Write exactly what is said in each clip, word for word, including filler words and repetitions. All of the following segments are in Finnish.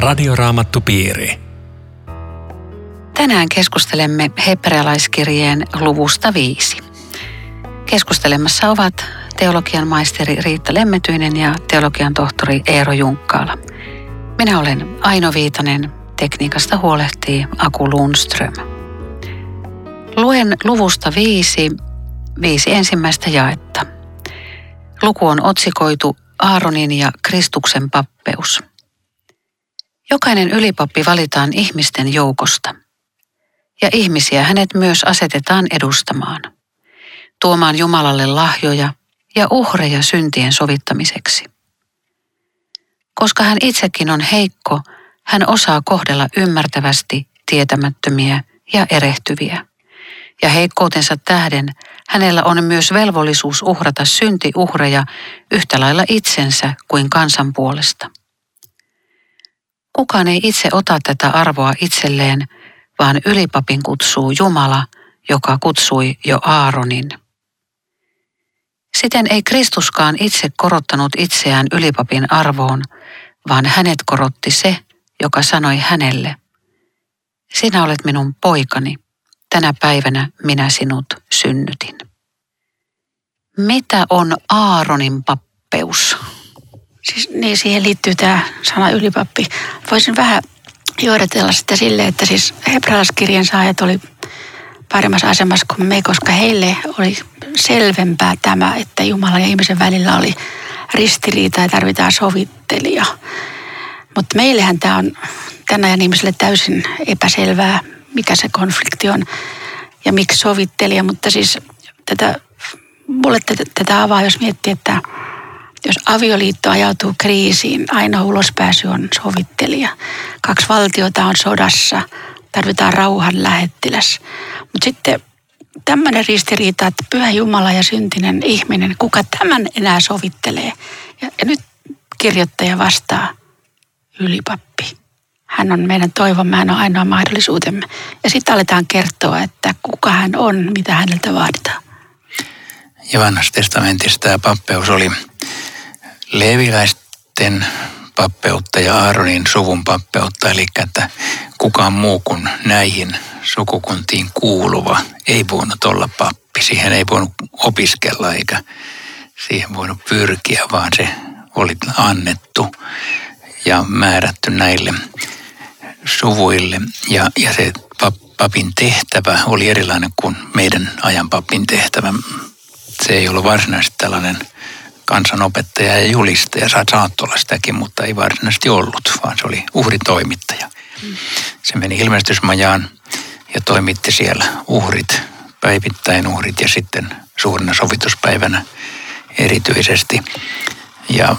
Radioraamattupiiri. Tänään keskustelemme hebrealaiskirjeen luvusta viisi. Keskustelemassa ovat teologian maisteri Riitta Lemmetyinen ja teologian tohtori Eero Junkkaala. Minä olen Aino Viitanen, tekniikasta huolehtii Aku Lundström. Luen luvusta viisi, viisi ensimmäistä jaetta. Luku on otsikoitu Aaronin ja Kristuksen pappeus. Jokainen ylipappi valitaan ihmisten joukosta, ja ihmisiä hänet myös asetetaan edustamaan, tuomaan Jumalalle lahjoja ja uhreja syntien sovittamiseksi. Koska hän itsekin on heikko, hän osaa kohdella ymmärtävästi tietämättömiä ja erehtyviä. Ja heikkoutensa tähden hänellä on myös velvollisuus uhrata syntiuhreja yhtä lailla itsensä kuin kansan puolesta. Kukaan ei itse ota tätä arvoa itselleen, vaan ylipapin kutsuu Jumala, joka kutsui jo Aaronin. Siten ei Kristuskaan itse korottanut itseään ylipapin arvoon, vaan hänet korotti se, joka sanoi hänelle: sinä olet minun poikani, tänä päivänä minä sinut synnytin. Mitä on Aaronin pappeus? Siis, niin siihen liittyy tämä sana ylipappi. Voisin vähän johdatella sitä silleen, että siis hebrealaiskirjan saajat oli paremmassa asemassa kuin me, koska heille oli selvempää tämä, että Jumalan ja ihmisen välillä oli ristiriita ja tarvitaan sovittelija. Mutta meillähän tämä on tänä ajan ihmisille täysin epäselvää, mikä se konflikti on ja miksi sovittelija. Mutta siis tätä, mulle tätä, tätä avaa, jos miettii, että jos avioliitto ajautuu kriisiin, ainoa ulospääsy on sovittelija. Kaksi valtiota on sodassa, tarvitaan rauhan lähettiläs. Mutta sitten tämmöinen ristiriita, että pyhä Jumala ja syntinen ihminen, kuka tämän enää sovittelee? Ja, ja nyt kirjoittaja vastaa: ylipappi. Hän on meidän toivomme, hän on ainoa mahdollisuutemme. Ja sitten aletaan kertoa, että kuka hän on, mitä häneltä vaaditaan. Ja vanhassa testamentissa tämä pappeus oli leeviläisten pappeutta ja Aaronin suvun pappeutta, eli että kukaan muu kuin näihin sukukuntiin kuuluva ei voinut olla pappi. Siihen ei voinut opiskella eikä siihen voinut pyrkiä, vaan se oli annettu ja määrätty näille suvuille. Ja, ja se papin tehtävä oli erilainen kuin meidän ajan papin tehtävä. Se ei ollut varsinaisesti tällainen kansanopettaja ja julistaja. Saattoi olla sitäkin, mutta ei varsinaisesti ollut, vaan se oli uhritoimittaja. Mm. Se meni ilmestysmajaan ja toimitti siellä uhrit, päivittäin uhrit ja sitten suurena sovituspäivänä erityisesti. Ja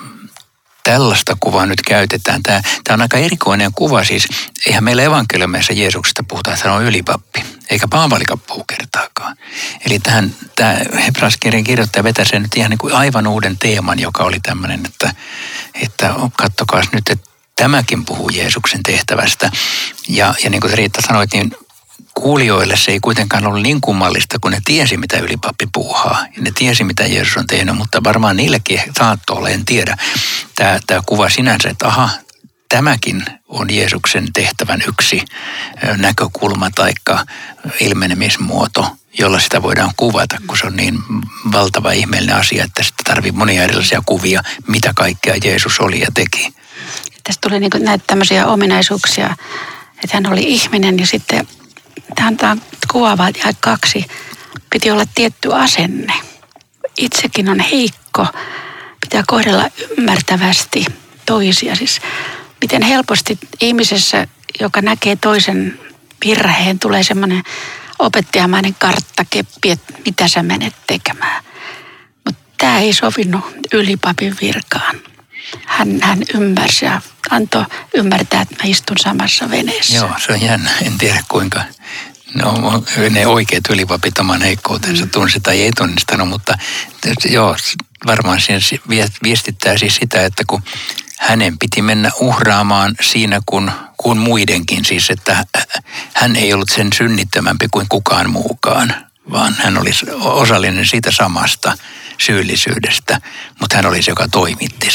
tällaista kuvaa nyt käytetään. Tämä, tämä on aika erikoinen kuva siis. Eihän meillä evankeliumissa Jeesuksesta puhuta, että hän on ylipappi, eikä Paavalikaan puhu kertaakaan. Eli tähän, tämä hebrealaiskirjan kirjoittaja vetäisi sen nyt ihan niin kuin aivan uuden teeman, joka oli tämmöinen, että, että katsokaa nyt, että tämäkin puhuu Jeesuksen tehtävästä. Ja, ja niin kuin Riitta sanoit, niin kuulijoille se ei kuitenkaan ollut niin kummallista, kun ne tiesi, mitä ylipappi puuhaa. Ja ne tiesi, mitä Jeesus on tehnyt, mutta varmaan niillekin saattoi olla, en tiedä. Tämä, tämä kuva sinänsä, että aha, tämäkin on Jeesuksen tehtävän yksi näkökulma tai ilmenemismuoto, jolla sitä voidaan kuvata, kun se on niin valtava ihmeellinen asia, että sitä tarvitsee monia erilaisia kuvia, mitä kaikkea Jeesus oli ja teki. Tästä tuli niin kuin näitä tämmöisiä ominaisuuksia, että hän oli ihminen ja sitten tämä kuvaavaa ja kaksi, piti olla tietty asenne. Itsekin on heikko, pitää kohdella ymmärtävästi toisia. Siis miten helposti ihmisessä, joka näkee toisen virheen, tulee semmoinen opettajamainen karttakeppi, että mitä sä menet tekemään. Mutta tämä ei sovinut ylipapin virkaan. Hän, hän ymmärsi ja antoi ymmärtää, että mä istun samassa veneessä. Joo, se on jännä. En tiedä kuinka no, ne oikeat ylipapit oman heikkoutensa mm. tunsi tai ei tunnistanut, mutta joo, varmaan siinä viestittää siis sitä, että kun hänen piti mennä uhraamaan siinä kuin, kuin muidenkin, siis että hän ei ollut sen synnittömämpi kuin kukaan muukaan, vaan hän oli osallinen siitä samasta syyllisyydestä, mutta hän oli se, joka toimitti sen.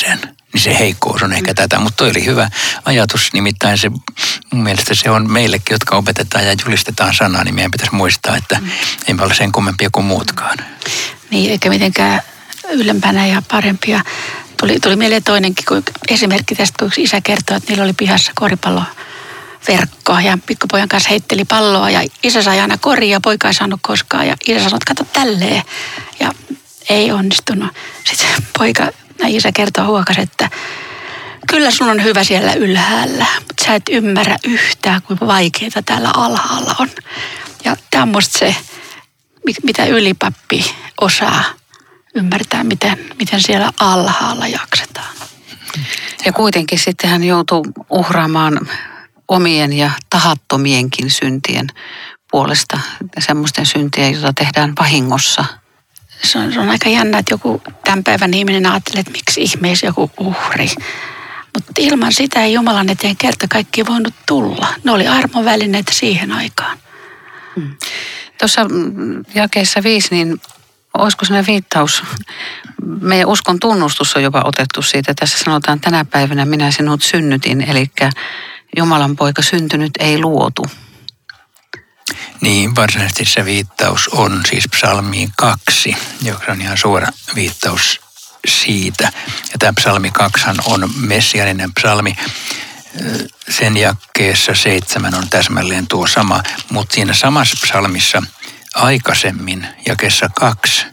niin se heikkous on ehkä tätä. Mutta toi oli hyvä ajatus, nimittäin se, mun mielestä se on meillekin, jotka opetetaan ja julistetaan sanaa, niin meidän pitäisi muistaa, että mm. ei me ole sen kummempia kuin muutkaan. Niin, eikä mitenkään ylempänä ja parempia. Tuli, tuli mieleen toinenkin kun esimerkki tästä, kun yksi isä kertoi, että niillä oli pihassa koripalloverkko ja pikkupojan kanssa heitteli palloa ja isä sai aina koria ja poika ei saanut koskaan ja isä sanoi, että kato tälleen ja ei onnistunut. Sitten poika, isä kertoo huokas, että kyllä sun on hyvä siellä ylhäällä, mutta sä et ymmärrä yhtään, kuinka vaikeaa täällä alhaalla on. Ja tämä on musta se, mitä ylipappi osaa ymmärtää, miten, miten siellä alhaalla jaksetaan. Ja kuitenkin sitten hän joutuu uhraamaan omien ja tahattomienkin syntien puolesta, semmoisten syntien, joita tehdään vahingossa. Se on, se on aika jännä, että joku tämän päivän ihminen ajattelee, että miksi ihmeessä joku uhri. Mutta ilman sitä ei Jumalan eteen kerta kaikki voinut tulla. Ne oli armon välineitä siihen aikaan. Hmm. Tuossa jakeessa viisi, niin olisiko sellainen viittaus? Meidän uskon tunnustus on jopa otettu siitä. Tässä sanotaan, tänä päivänä minä sinut synnytin, eli Jumalan poika syntynyt ei luotu. Niin, varsinaisesti se viittaus on siis psalmiin kaksi, joka on ihan suora viittaus siitä. Ja tämä psalmi kaksihan on messianinen psalmi. Sen jakeessa seitsemän on täsmälleen tuo sama, mutta siinä samassa psalmissa aikaisemmin jakeessa kaksi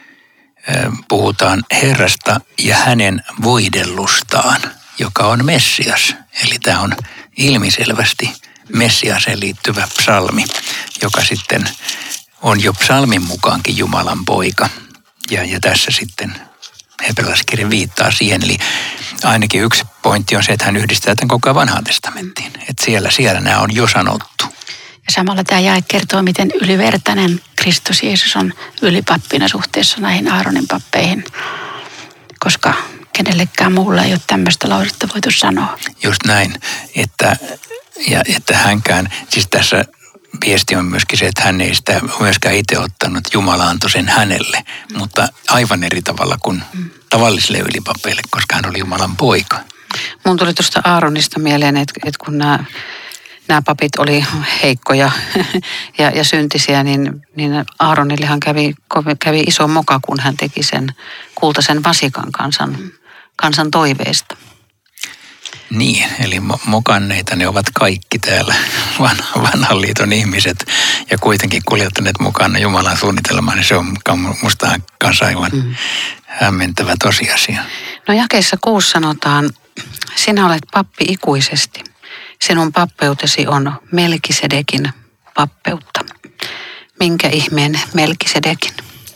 puhutaan Herrasta ja hänen voidellustaan, joka on Messias. Eli tämä on ilmiselvästi Messiaseen liittyvä psalmi, joka sitten on jo psalmin mukaankin Jumalan poika. Ja, ja tässä sitten hebrealaiskirja viittaa siihen. Eli ainakin yksi pointti on se, että hän yhdistää tämän koko ajan vanhaan testamenttiin. Että siellä, siellä nämä on jo sanottu. Ja samalla tämä jae kertoo, miten ylivertainen Kristus Jeesus on ylipappina suhteessa näihin Aaronin pappeihin. Koska kenellekään muulla ei ole tämmöistä lausetta voitu sanoa. Just näin, että, ja, että hänkään, siis tässä viesti on myöskin se, että hän ei sitä myöskään itse ottanut, Jumala antoi sen hänelle, mm. mutta aivan eri tavalla kuin mm. tavallisille ylipapeille, koska hän oli Jumalan poika. Mun tuli tuosta Aaronista mieleen, että, että kun nämä, nämä papit oli heikkoja ja, ja syntisiä, niin, niin Aaronillehan kävi, kävi iso moka, kun hän teki sen kultaisen vasikan kansan, kansan toiveesta. Niin, eli mokanneita ne ovat kaikki täällä vanhan liiton ihmiset ja kuitenkin kuljettaneet mukana Jumalan suunnitelmaan, niin se on musta kanssa aivan mm. hämmentävä tosiasia. No jakeessa kuusi sanotaan, sinä olet pappi ikuisesti. Sinun pappeutesi on Melkisedekin pappeutta. Minkä ihmeen Melkisedekin?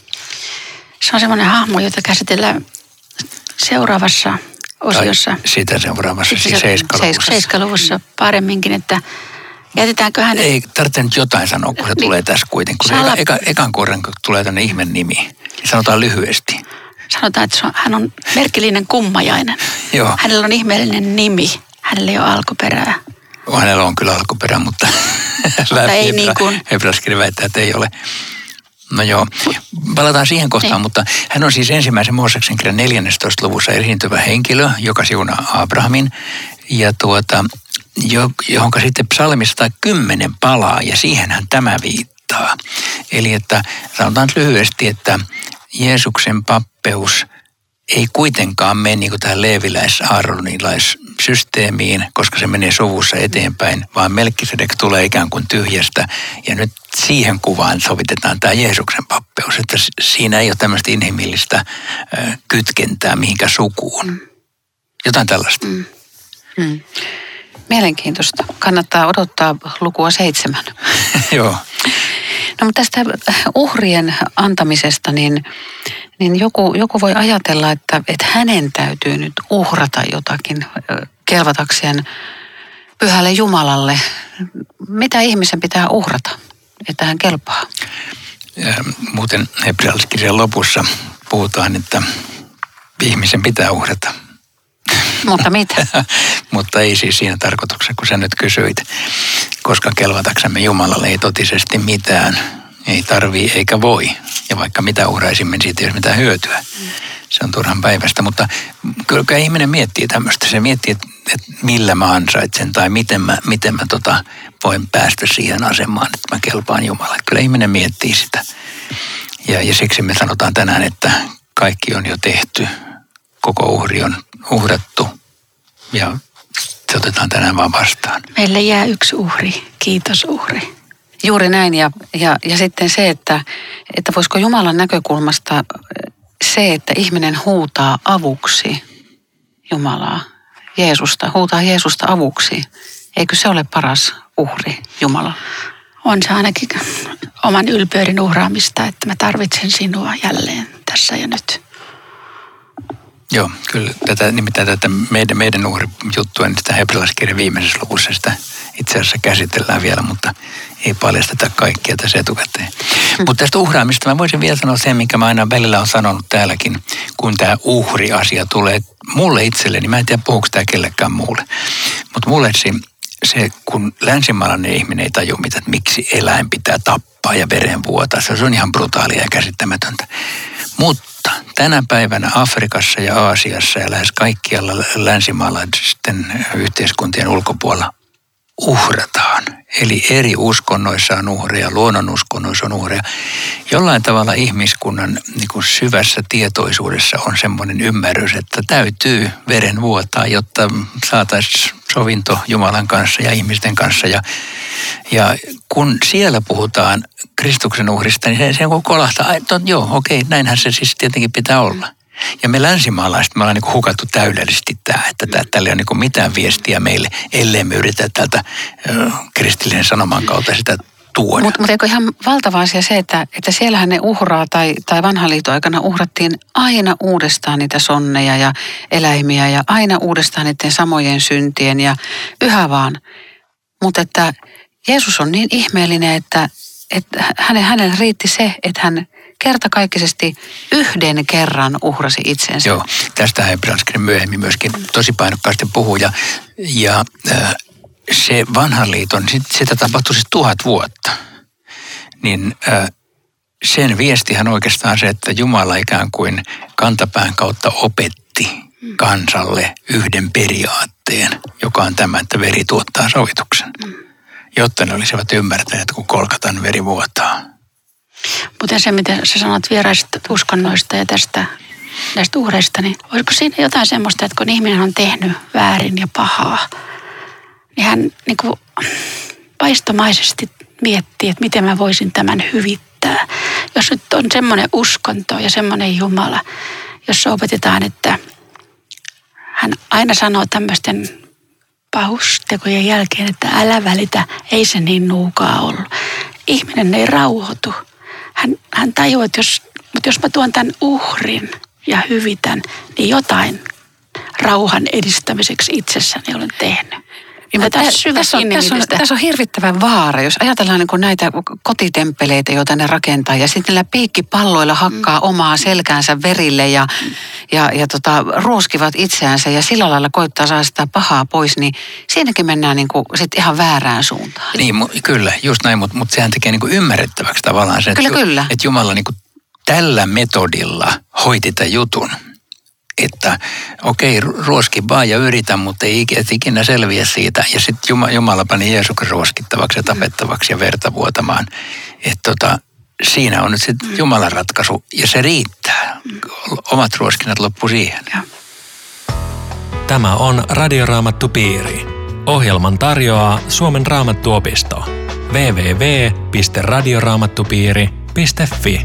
Se on semmoinen hahmo, jota käsitellään seuraavassa osiossa. Tai sitä seuraavassa, siis seiskaluvussa. Seiskaluvussa paremminkin, että jätetäänkö hänet... Ei tarvitse nyt jotain sanoa, kun se niin, tulee tässä kuitenkin. Kun Sala... se eka, ekan kerran, kun tulee tänne ihmen nimi, niin sanotaan lyhyesti. Sanotaan, että on, hän on merkillinen kummajainen. Joo. Hänellä on ihmeellinen nimi. Hänellä ei ole alkuperää. Hänellä on kyllä alkuperä, mutta, mutta ei niin kuin... Hebrealaiskirja väittää, että ei ole. No joo, palataan siihen kohtaan, niin. Mutta hän on siis ensimmäisen Mooseksen kirjan neljäntoista luvussa esiintyvä henkilö, joka siunaa Abrahamin, ja tuota, johonka sitten psalmista kymmenen palaa, ja siihenhän tämä viittaa. Eli että sanotaan lyhyesti, että Jeesuksen pappeus ei kuitenkaan mene niin kuin tähän leeviläis-aaronilais-systeemiin, koska se menee sovussa eteenpäin, vaan Melkisedek tulee ikään kuin tyhjästä. Ja nyt siihen kuvaan sovitetaan tämä Jeesuksen pappeus, että siinä ei ole tämmöistä inhimillistä kytkentää mihinkään sukuun. Jotain tällaista. Mm. Mm. Mielenkiintoista. Kannattaa odottaa lukua seitsemän. Joo. No mutta tästä uhrien antamisesta, niin, niin joku, joku voi ajatella, että, että hänen täytyy nyt uhrata jotakin kelvatakseen pyhälle Jumalalle. Mitä ihmisen pitää uhrata, että hän kelpaa? Ja muuten hebrealaiskirjan lopussa puhutaan, että ihmisen pitää uhrata. Mutta mitä? Mutta ei siis siinä tarkoituksessa, kun sä nyt kysyit, koska kelvataksemme Jumalalle ei totisesti mitään, ei tarvii eikä voi. Ja vaikka mitä uhraisimme, siitä ei ole mitään hyötyä. se on turhan päivästä. Mutta kyllä ihminen miettii tämmöistä. Se miettii, että, että millä mä ansaitsen tai miten mä, miten mä tota, voin päästä siihen asemaan, että mä kelpaan Jumalalle. Kyllä ihminen miettii sitä. Ja, ja siksi me sanotaan tänään, että kaikki on jo tehty. Koko uhri on uhrattu ja se otetaan tänään vaan vastaan. Meille jää yksi uhri, kiitos uhri. Juuri näin ja, ja, ja sitten se, että, että voisiko Jumalan näkökulmasta se, että ihminen huutaa avuksi Jumalaa, Jeesusta, huutaa Jeesusta avuksi. Eikö se ole paras uhri Jumala? On se ainakin oman ylpeyden uhraamista, että mä tarvitsen sinua jälleen tässä ja nyt. Joo, kyllä tätä, nimittäin tätä meidän, meidän uhrijuttua, niin sitä hebrealaiskirjan viimeisessä luvussa sitä itse asiassa käsitellään vielä, mutta ei paljasteta kaikkia tässä etukäteen. Mm. Mutta tästä uhraamista mä voisin vielä sanoa sen, minkä mä aina välillä olen sanonut täälläkin, kun tämä uhriasia tulee mulle itselleni. Mä en tiedä, puhuuko tämä kellekään muulle. Mutta mulle se, se, kun länsimaalainen ihminen ei tajua mitä, että miksi eläin pitää tappaa ja veren vuotaa, se on ihan brutaalia ja käsittämätöntä. Mutta tänä päivänä Afrikassa ja Aasiassa ja lähes kaikkialla länsimaalaisten yhteiskuntien ulkopuolella uhrataan. Eli eri uskonnoissa on uhreja, luonnonuskonnoissa on uhreja. Jollain tavalla ihmiskunnan niin kuin syvässä tietoisuudessa on semmoinen ymmärrys, että täytyy veren vuotaa, jotta saataisiin sovinto Jumalan kanssa ja ihmisten kanssa. Ja, ja kun siellä puhutaan Kristuksen uhrista, niin se, se kolahtaa, että joo, okei, näinhän se siis tietenkin pitää olla. Ja me länsimaalaiset, me ollaan niin kuin hukattu täydellisesti tämä, että tää, tällä ei ole niin kuin mitään viestiä meille, ellei me yritä tältä ö, kristillisen sanoman kautta sitä tuoda. Mutta mut eikö ihan valtava asia se, että, että siellähän ne uhraa tai, tai vanhan liiton aikana uhrattiin aina uudestaan niitä sonneja ja eläimiä ja aina uudestaan niiden samojen syntien ja yhä vaan. Mutta että Jeesus on niin ihmeellinen, että, että hänen, hänelle riitti se, että hän kertakaikkisesti yhden kerran uhrasi itsensä. Joo, tästä hebrealaiskirja myöhemmin myöskin tosi painokkaasti puhuu. Ja, ja äh, se vanhan liiton, sit, sitä tapahtui siis tuhat vuotta. Niin äh, sen viestihän oikeastaan se, että Jumala ikään kuin kantapään kautta opetti kansalle yhden periaatteen, joka on tämä, että veri tuottaa sovituksen. Jotta ne olisivat ymmärtäneet, kun kolkatan veri vuotaa. Mutta se, mitä sä sanot vieraista uskonnoista ja tästä näistä uhreista, niin olisiko siinä jotain semmoista, että kun ihminen on tehnyt väärin ja pahaa, niin hän niin kuin paistomaisesti miettii, että miten mä voisin tämän hyvittää. Jos nyt on semmoinen uskonto ja semmoinen Jumala, jossa opetetaan, että hän aina sanoo tämmöisten pahustekojen jälkeen, että älä välitä, ei se niin nuukaa ollut. Ihminen ei rauhoitu. Hän, hän tajuaa, että jos, mutta jos mä tuon tämän uhrin ja hyvitän, niin jotain rauhan edistämiseksi itsessäni olen tehnyt. Ja tässä, on, tässä, on, tässä, on, tässä on hirvittävä vaara, jos ajatellaan niin kuin näitä kotitemppeleitä, joita ne rakentaa, ja sitten niillä piikkipalloilla hakkaa mm. omaa selkäänsä verille ja, mm. ja, ja tota, ruoskivat itseänsä ja sillä lailla koittaa saada sitä pahaa pois, niin siinäkin mennään niin kuin sit ihan väärään suuntaan. Niin, mu- kyllä, just näin, mutta mut sehän tekee niin kuin ymmärrettäväksi tavallaan se, kyllä, että, kyllä. että Jumala niin kuin tällä metodilla hoiti tämän jutun. Että okei, okay, ruoski vaan ja yritä, mutta ei ikinä selviä siitä. Ja sitten Jumala pani Jeesuksen ruoskittavaksi ja tapettavaksi ja verta vuotamaan. Että tota, siinä on nyt sitten Jumalan ratkaisu ja se riittää. Omat ruoskinnat loppu siihen. Tämä on Radioraamattupiiri. Ohjelman tarjoaa Suomen Raamattuopisto. double-u double-u double-u piste radioraamattupiiri piste fi.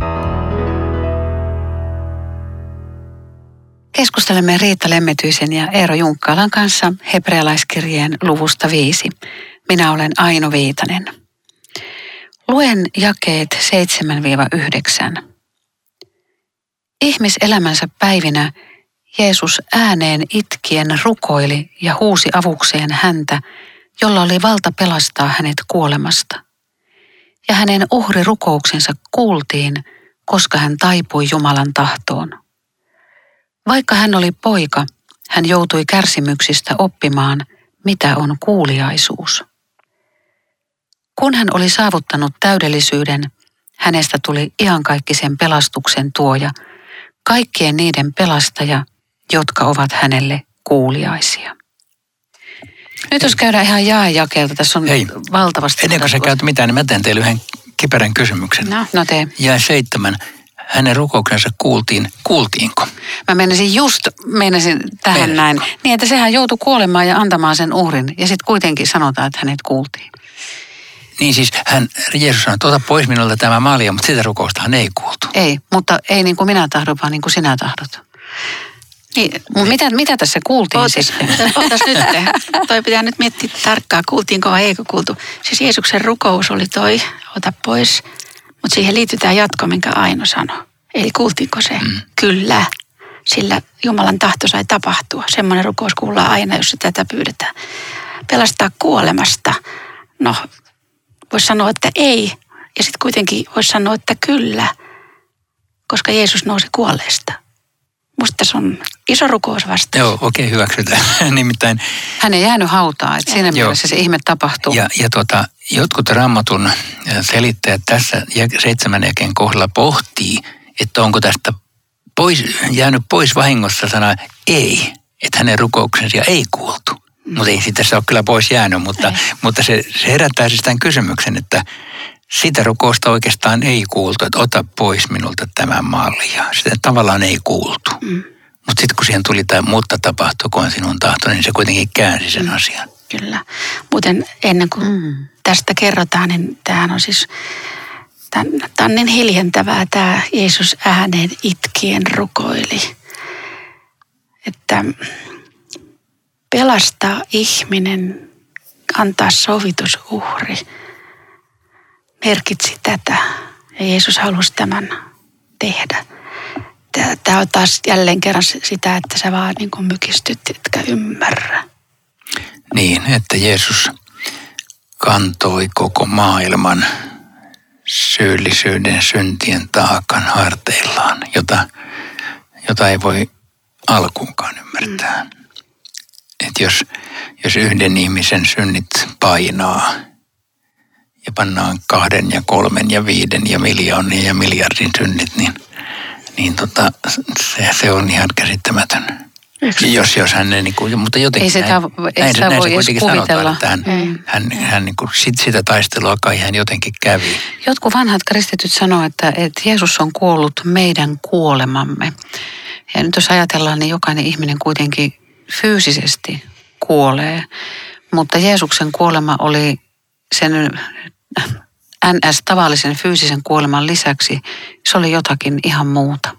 Keskustelemme Riitta Lemmetyisen ja Eero Junkkaalan kanssa hebrealaiskirjeen luvusta viisi. Minä olen Aino Viitanen. Luen jakeet seitsemän yhdeksän. Ihmiselämänsä päivinä Jeesus ääneen itkien rukoili ja huusi avukseen häntä, jolla oli valta pelastaa hänet kuolemasta. Ja hänen uhrirukouksensa kuultiin, koska hän taipui Jumalan tahtoon. Vaikka hän oli poika, hän joutui kärsimyksistä oppimaan, mitä on kuuliaisuus. Kun hän oli saavuttanut täydellisyyden, hänestä tuli iankaikkisen pelastuksen tuoja, kaikkien niiden pelastaja, jotka ovat hänelle kuuliaisia. Nyt jos käydään ihan jaejakeelta, tässä on Hei, valtavasti. Ennen kuin sä käyt mitään, niin mä teen teille yhden kiperän kysymyksen. No, no tee. Jae seitsemän. Hänen rukouksensa kuultiin. Kuultiinko? Mä menisin just, menisin tähän Meinasin. näin. Niin, että sehän joutui kuolemaan ja antamaan sen uhrin. Ja sitten kuitenkin sanotaan, että hänet kuultiin. Niin siis hän, Jeesus sanoi, että ota pois minulta tämä maalia, mutta sitä rukoustahan ei kuultu. Ei, mutta ei niin kuin minä tahdon, vaan niin kuin sinä tahdot. Niin, mitä, mitä tässä kuultiin Ootas, sitten? ootas nyt. Toi pitää nyt miettiä tarkkaan, kuultiinko vai eikö kuultu. Siis Jeesuksen rukous oli toi, ota pois, mutta siihen liittyy tämä jatko, minkä Aino sanoi. Eli kuultiinko se? Mm. Kyllä, sillä Jumalan tahto sai tapahtua. Semmoinen rukous kuullaan aina, jos se tätä pyydetään. Pelastaa kuolemasta. No, voisi sanoa, että ei. Ja sitten kuitenkin voisi sanoa, että kyllä, koska Jeesus nousi kuolleesta. Musta tässä on iso rukous vasta. Joo, okei, okay, hyväksytään. Nimittäin. Hän ei jäänyt hautaan, että siinä Joo. mielessä se ihme tapahtuu. Ja, ja tota, jotkut Raamatun selittäjät tässä seitsemän jakeen kohdalla pohtii, että onko tästä pois, jäänyt pois vahingossa sana ei, että hänen rukouksensa ei kuultu. Mm. Mutta ei siitä se ole kyllä pois jäänyt, mutta, mutta se, se herättää siis tämän kysymyksen, että sitä rukousta oikeastaan ei kuultu, että ota pois minulta tämä malja. Sitä tavallaan ei kuultu. Mm. Mutta sitten kun siihen tuli tämä mutta tapahtukoon sinun tahto, niin se kuitenkin käänsi sen asian. Kyllä. Muuten ennen kuin mm. tästä kerrotaan, niin tämähän on siis, tämä on niin hiljentävää, tämä Jeesus ääneen itkien rukoili. Että pelastaa ihminen, antaa sovitusuhri, merkitsi tätä. Ja Jeesus halusi tämän tehdä. Tämä on taas jälleen kerran sitä, että sä vaan niin kuin mykistyt, etkä ymmärrä. Niin, että Jeesus kantoi koko maailman syyllisyyden, syntien taakan harteillaan, jota, jota ei voi alkuunkaan ymmärtää. Mm. Että jos, jos yhden ihmisen synnit painaa ja pannaan kahden ja kolmen ja viiden ja miljoonin ja miljardin synnit, niin, niin tota, se, se on ihan käsittämätön. Jos, jos hän ei, niin kuin, mutta jotenkin ei sitä, näin, ei näin, sitä näin voi se kuitenkin edes kuvitella. sanotaan, että hän, mm. hän, hän niin kuin, sit, sitä taistelua kai hän jotenkin kävi. Jotkut vanhat kristityt sanoo, että, että Jeesus on kuollut meidän kuolemamme. Ja nyt jos ajatellaan, niin jokainen ihminen kuitenkin fyysisesti kuolee. Mutta Jeesuksen kuolema oli sen N S-tavallisen fyysisen kuoleman lisäksi, se oli jotakin ihan muuta.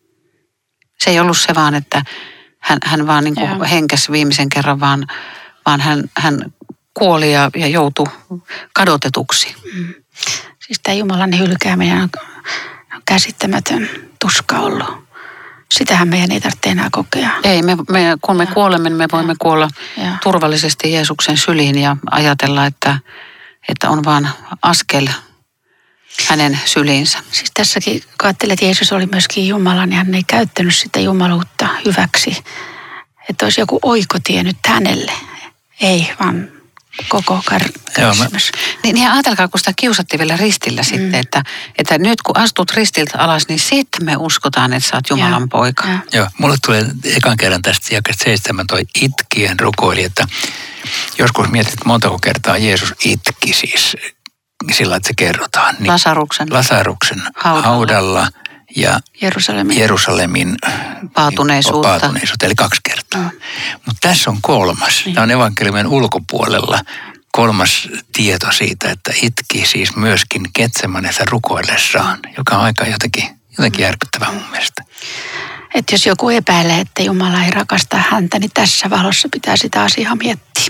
Se ei ollut se vaan, että hän, hän vaan niin kuin henkäsi viimeisen kerran, vaan, vaan hän, hän kuoli ja, ja joutui kadotetuksi. Mm. Siis tämä Jumalan hylkääminen on, on käsittämätön tuska ollut. Sitähän meidän ei tarvitse enää kokea. Ei, me, me, kun me ja. kuolemme, niin me voimme ja. kuolla ja. turvallisesti Jeesuksen syliin ja ajatella, että, että on vaan askel hänen syliinsä. Siis tässäkin, kun ajattelee, että Jeesus oli myöskin Jumala, niin hän ei käyttänyt sitä jumaluutta hyväksi. Että olisi joku oikotie nyt hänelle. Ei, vaan koko kärsimys. Niin, niin ajatelkaa, kun sitä kiusattiin vielä ristillä mm. sitten, että, että nyt kun astut ristiltä alas, niin sitten me uskotaan, että sä oot Jumalan ja. poika. Ja. Joo, mulle tulee ekan kerran tästä jakesta seitsemän toi itkien rukoili, että joskus mietit, että montako kertaa Jeesus itki siis sillä, että se kerrotaan. Niin Lasaruksen. Lasaruksen haudalla, haudalla ja Jerusalemin, Jerusalemin paatuneisuutta. paatuneisuutta, eli kaksi kertaa. Mm. Mutta tässä on kolmas. Niin. Tämä on evankeliumin ulkopuolella kolmas tieto siitä, että itki siis myöskin Getsemanessa rukoillessaan, joka on aika jotenkin, jotenkin järkyttävää mun mielestä. Että jos joku epäilee, että Jumala ei rakasta häntä, niin tässä valossa pitää sitä asiaa miettiä.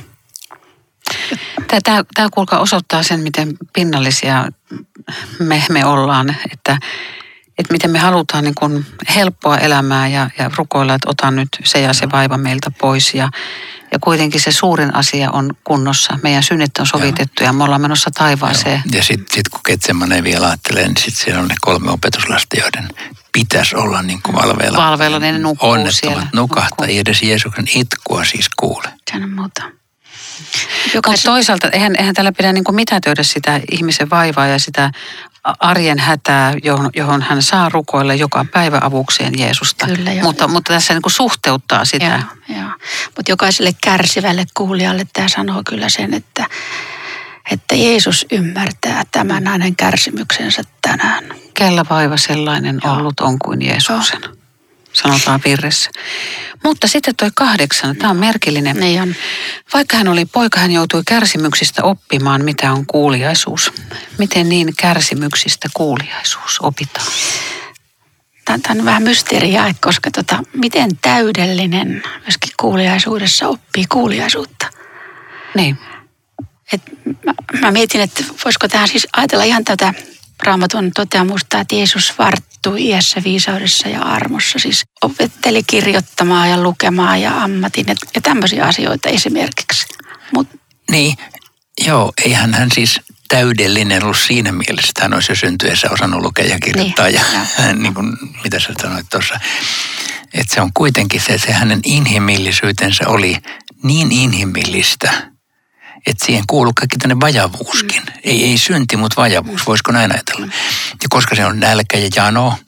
Tämä, tämä kuulkaa osoittaa sen, miten pinnallisia me, me ollaan, että, että miten me halutaan niin kuin helppoa elämää ja, ja rukoilla, että ota nyt se ja se vaiva meiltä pois. Ja, ja kuitenkin se suurin asia on kunnossa. Meidän synnit on sovitettu ja me ollaan menossa taivaaseen. Joo. Ja sitten sit, kun Getsemane vielä ajattelee, niin sitten siellä on ne kolme opetuslasta, joiden pitäisi olla niin kuin valveilla. Valveilla, ne nukkuu onnettomat siellä. nukahtaa. Ei edes Jeesuksen itkua siis kuule. Sehän on muuta. Jokaisen... Mutta toisaalta eihän, eihän tällä pidä niin kuin mitätöidä sitä ihmisen vaivaa ja sitä arjen hätää, johon, johon hän saa rukoilla joka päivä avukseen Jeesusta. Kyllä, joo. mutta, mutta tässä niin kuin suhteuttaa sitä. Mutta jokaiselle kärsivälle kuulijalle tämä sanoo kyllä sen, että, että Jeesus ymmärtää tämän hänen kärsimyksensä tänään. Kellä vaiva sellainen joo. ollut on kuin Jeesuksen, joo. sanotaan virressä. Mutta sitten toi kahdeksan, tämä on merkillinen. Niin on. Vaikka hän oli poika, hän joutui kärsimyksistä oppimaan, mitä on kuuliaisuus. Miten niin kärsimyksistä kuuliaisuus opitaan? Tämä on vähän mysteeriä, koska tota, miten täydellinen myöskin kuuliaisuudessa oppii kuuliaisuutta. Niin. Et mä, mä mietin, että voisiko tähän siis ajatella ihan tätä Raamatun toteamusta, että Jeesus varttui iässä, viisaudessa ja armossa. Siis opetteli kirjoittamaan ja lukemaan ja ammatin ja tämmöisiä asioita esimerkiksi. Mut... Niin, joo, eihän hän siis täydellinen ollut siinä mielessä, että hän olisi jo syntyessä osannut lukea ja kirjoittaa. Niin, ja hän, niin kuin, mitä sä sanoit tuossa, että se on kuitenkin se, se hänen inhimillisyytensä oli niin inhimillistä, että siihen kuuluu kaikki tänne vajavuuskin. Mm. Ei, ei synti, mutta vajavuus. Voisiko näin ajatella? Ja koska se on nälkä ja jano,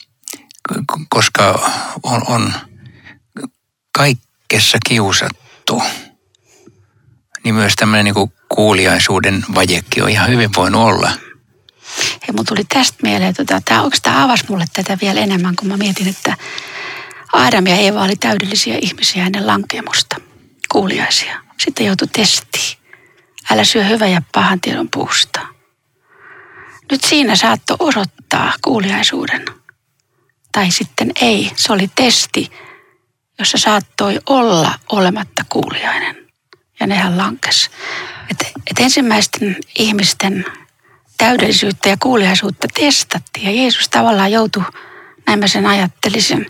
koska on, on kaikessa kiusattu, niin myös tämmöinen niin kuin kuuliaisuuden vajekin on ihan hyvin voinut olla. Hei, mun tuli tästä mieleen, tota, tämä, onko tämä avasi mulle tätä vielä enemmän, kun mä mietin, että Aadam ja Eeva oli täydellisiä ihmisiä ennen lankemusta, kuuliaisia. Sitten joutui testiin. Älä syö hyvän ja pahan tiedon puusta. Nyt siinä saattoi osoittaa kuuliaisuuden. Tai sitten ei. Se oli testi, jossa saattoi olla olematta kuuliainen. Ja nehän lankesi. Et, et ensimmäisten ihmisten täydellisyyttä ja kuuliaisuutta testattiin. Ja Jeesus tavallaan joutui, näin mä sen ajattelisin,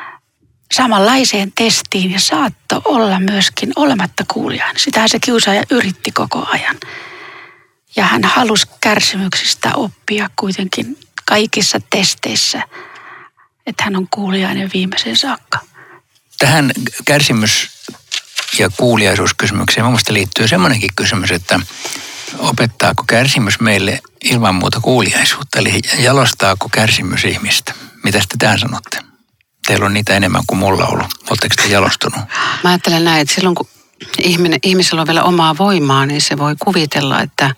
samanlaiseen testiin ja saattoi olla myöskin olematta kuulijainen. Sitähän se kiusaaja yritti koko ajan. Ja hän halusi kärsimyksistä oppia kuitenkin kaikissa testeissä, että hän on kuulijainen viimeiseen saakka. Tähän kärsimys- ja kuuliaisuuskysymykseen mun mielestä liittyy semmoinenkin kysymys, että opettaako kärsimys meille ilman muuta kuuliaisuutta, eli jalostaako kärsimys ihmistä? Mitä te tähän sanotte? Teillä on niitä enemmän kuin mulla ollut. Oletteko te jalostunut? Mä ajattelen näin, että silloin kun ihminen, ihmisellä on vielä omaa voimaa, niin se voi kuvitella, että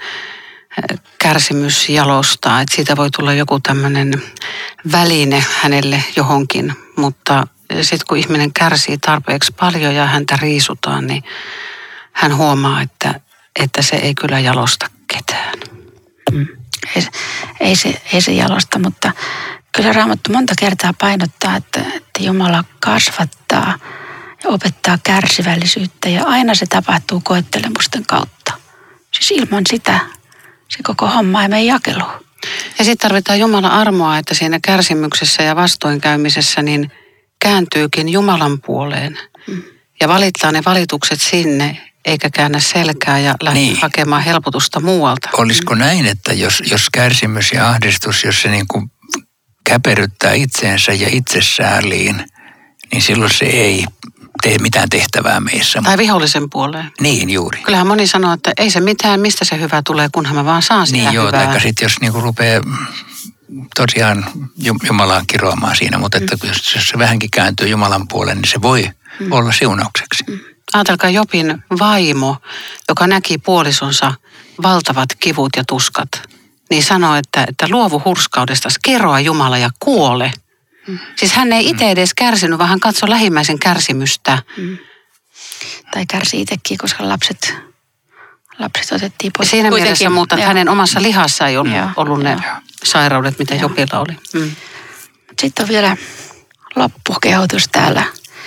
kärsimys jalostaa. Että siitä voi tulla joku tämmöinen väline hänelle johonkin. Mutta sitten kun ihminen kärsii tarpeeksi paljon ja häntä riisutaan, niin hän huomaa, että, että se ei kyllä jalosta ketään. Mm. Ei, ei, se, ei se jalosta, mutta... Kyllä Raamattu monta kertaa painottaa, että, että Jumala kasvattaa ja opettaa kärsivällisyyttä ja aina se tapahtuu koettelemusten kautta. Siis ilman sitä se koko homma ei mene jakeluun. Ja sitten tarvitaan Jumalan armoa, että siinä kärsimyksessä ja vastoinkäymisessä niin kääntyykin Jumalan puoleen hmm. ja valittaa ne valitukset sinne eikä käännä selkää ja lähde niin. hakemaan helpotusta muualta. Olisiko näin, että jos, jos kärsimys ja ahdistus, jos se niin kuin käperyttää itseensä ja itsesääliin, niin silloin se ei tee mitään tehtävää meissä. Tai vihollisen puoleen. Niin, juuri. Kyllähän moni sanoo, että ei se mitään, mistä se hyvä tulee, kunhan mä vaan saan sitä niin, hyvää. Niin joo, taikka sitten jos niinku rupeaa tosiaan Jumalaan kiroamaan siinä, mutta että mm. jos, jos se vähänkin kääntyy Jumalan puoleen, niin se voi mm. olla siunaukseksi. Mm. Ajatelkaa Jobin vaimo, joka näki puolisonsa valtavat kivut ja tuskat. Niin sanoi, että, että luovu hurskaudestasi, keroa Jumala ja kuole. Mm. Siis hän ei itse edes kärsinyt, vaan hän katsoi lähimmäisen kärsimystä. Mm. Tai kärsi itsekin, koska lapset, lapset otettiin pois. Siinä kuitenkin mielessä muuta, että hänen omassa lihassa ei ollut, ja, ollut ne ja. sairaudet, mitä ja. Jobilla oli. Mm. Sitten on vielä loppukehotus täällä.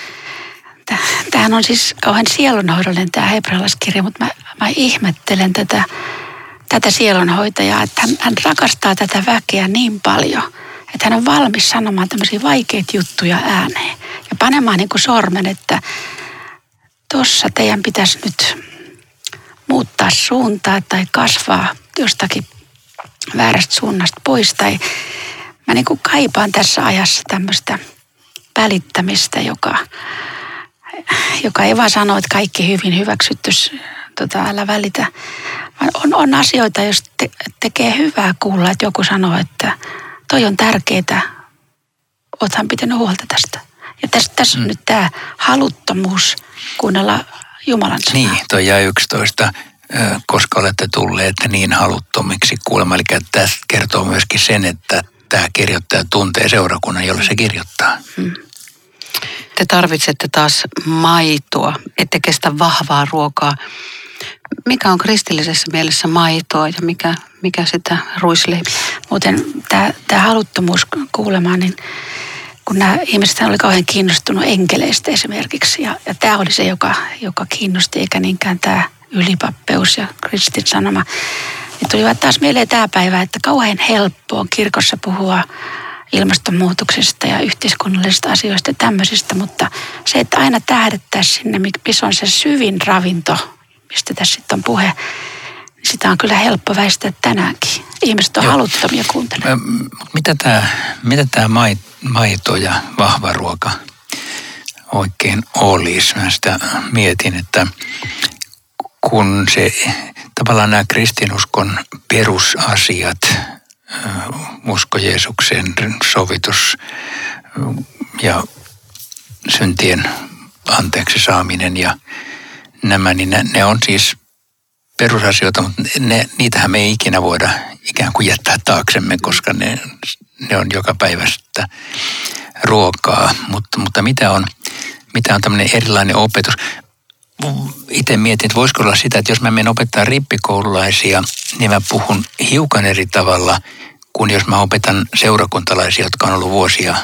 Tämähän on siis kauhean sielunhoidollinen tämä hebrealaiskirja, mutta mä, mä ihmettelen tätä. tätä sielunhoitajaa, että hän, hän rakastaa tätä väkeä niin paljon, että hän on valmis sanomaan tämmöisiä vaikeita juttuja ääneen. Ja panemaan niin kuin sormen, että tuossa teidän pitäisi nyt muuttaa suuntaa tai kasvaa jostakin väärästä suunnasta pois. Tai mä niin kuin kaipaan tässä ajassa tämmöistä välittämistä, joka, joka ei vaan sano, että kaikki hyvin hyväksytty tota, älä välitä. On, on asioita, jos te, tekee hyvää kuulla, että joku sanoo, että toi on tärkeää, oothan pitänyt huolta tästä. Ja tässä, tässä on mm. nyt tämä haluttomuus kuunnella Jumalan sanaa. Niin, toi jae yksitoista, koska olette tulleet niin haluttomiksi kuulemma. Eli tässä kertoo myöskin sen, että tämä kirjoittaja tuntee seurakunnan, jolle se kirjoittaa. Mm. Te tarvitsette taas maitoa, ette kestä vahvaa ruokaa. Mikä on kristillisessä mielessä maitoa ja mikä, mikä sitä ruisleipiä? Muuten tämä, tämä haluttomuus kuulemaan, niin kun nämä ihmiset oli kauhean kiinnostunut enkeleistä esimerkiksi. Ja, ja tämä oli se, joka, joka kiinnosti, eikä niinkään tämä ylipappeus ja kristin sanoma. Ja tuli taas mieleen tämä päivä, että kauhean helppo on kirkossa puhua ilmastonmuutoksesta ja yhteiskunnallisista asioista ja tämmöisistä, mutta se, että aina tähdättäisiin sinne, missä on se syvin ravinto, mistä tässä sitten on puhe, niin sitä on kyllä helppo väistää tänäänkin. Ihmiset on Joo. haluttomia kuuntelemaan. Mitä tämä, mitä tämä maito ja vahva ruoka oikein olisi? Mä sitä mietin, että kun se tavallaan nämä kristinuskon perusasiat, usko Jeesuksen, sovitus ja syntien anteeksi saaminen ja nämä, niin ne, ne on siis perusasioita, mutta ne, niitähän me ei ikinä voida ikään kuin jättää taaksemme, koska ne, ne on joka päivästä ruokaa. Mutta, mutta mitä on, mitä on tämmöinen erilainen opetus? Itse mietin, että voisiko olla sitä, että jos mä menen opettaa rippikoululaisia, niin mä puhun hiukan eri tavalla kuin jos mä opetan seurakuntalaisia, jotka on ollut vuosia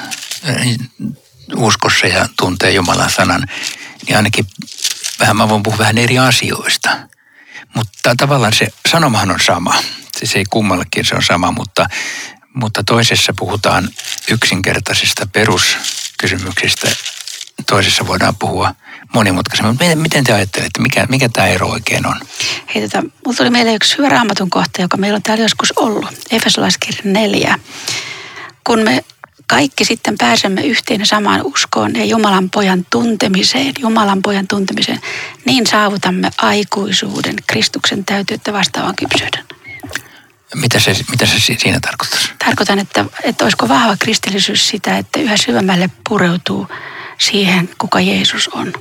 uskossa ja tuntee Jumalan sanan. Niin ainakin vähän mä voin puhua vähän eri asioista. Mutta tavallaan se sanomahan on sama. Se ei kummallakin se on sama, mutta, mutta toisessa puhutaan yksinkertaisista peruskysymyksistä. Toisessa voidaan puhua monimutkaisemmin. Miten, miten te ajattelette, mikä, mikä tämä ero oikein on? Hei, tota, mulla tuli meille yksi hyvä raamatun kohta, joka meillä on täällä joskus ollut. Efesolaiskirja neljä. Kun me kaikki sitten pääsemme yhteen samaan uskoon ja Jumalan pojan tuntemiseen, Jumalan pojan tuntemiseen, niin saavutamme aikuisuuden, Kristuksen täyteyttä vastaavan kypsyyden. Mitä se, mitä se siinä tarkoittaisi? Tarkoitan, että, että olisiko vahva kristillisyys sitä, että yhä syvemmälle pureutuu siihen, kuka Jeesus on.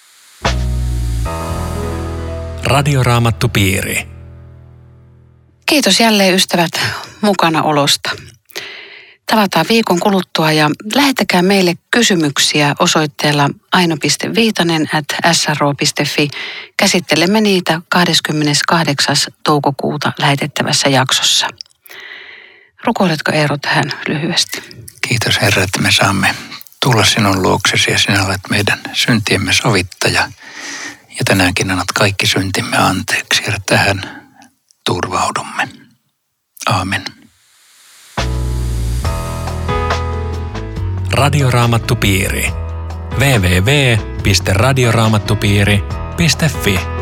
Radioraamattupiiri. Kiitos jälleen ystävät mukanaolosta. Tavataan viikon kuluttua ja lähettäkää meille kysymyksiä osoitteella aino piste viitanen ät s r o piste f i. Käsittelemme niitä kahdeskymmeneskahdeksas toukokuuta lähetettävässä jaksossa. Rukoiletko Eero tähän lyhyesti? Kiitos Herra, että me saamme tulla sinun luoksesi ja sinä olet meidän syntiemme sovittaja. Ja tänäänkin annat kaikki syntimme anteeksi. Herra, tähän turvaudumme. Aamen. Radioraamattupiiri. double-u double-u double-u piste radioraamattupiiri piste f i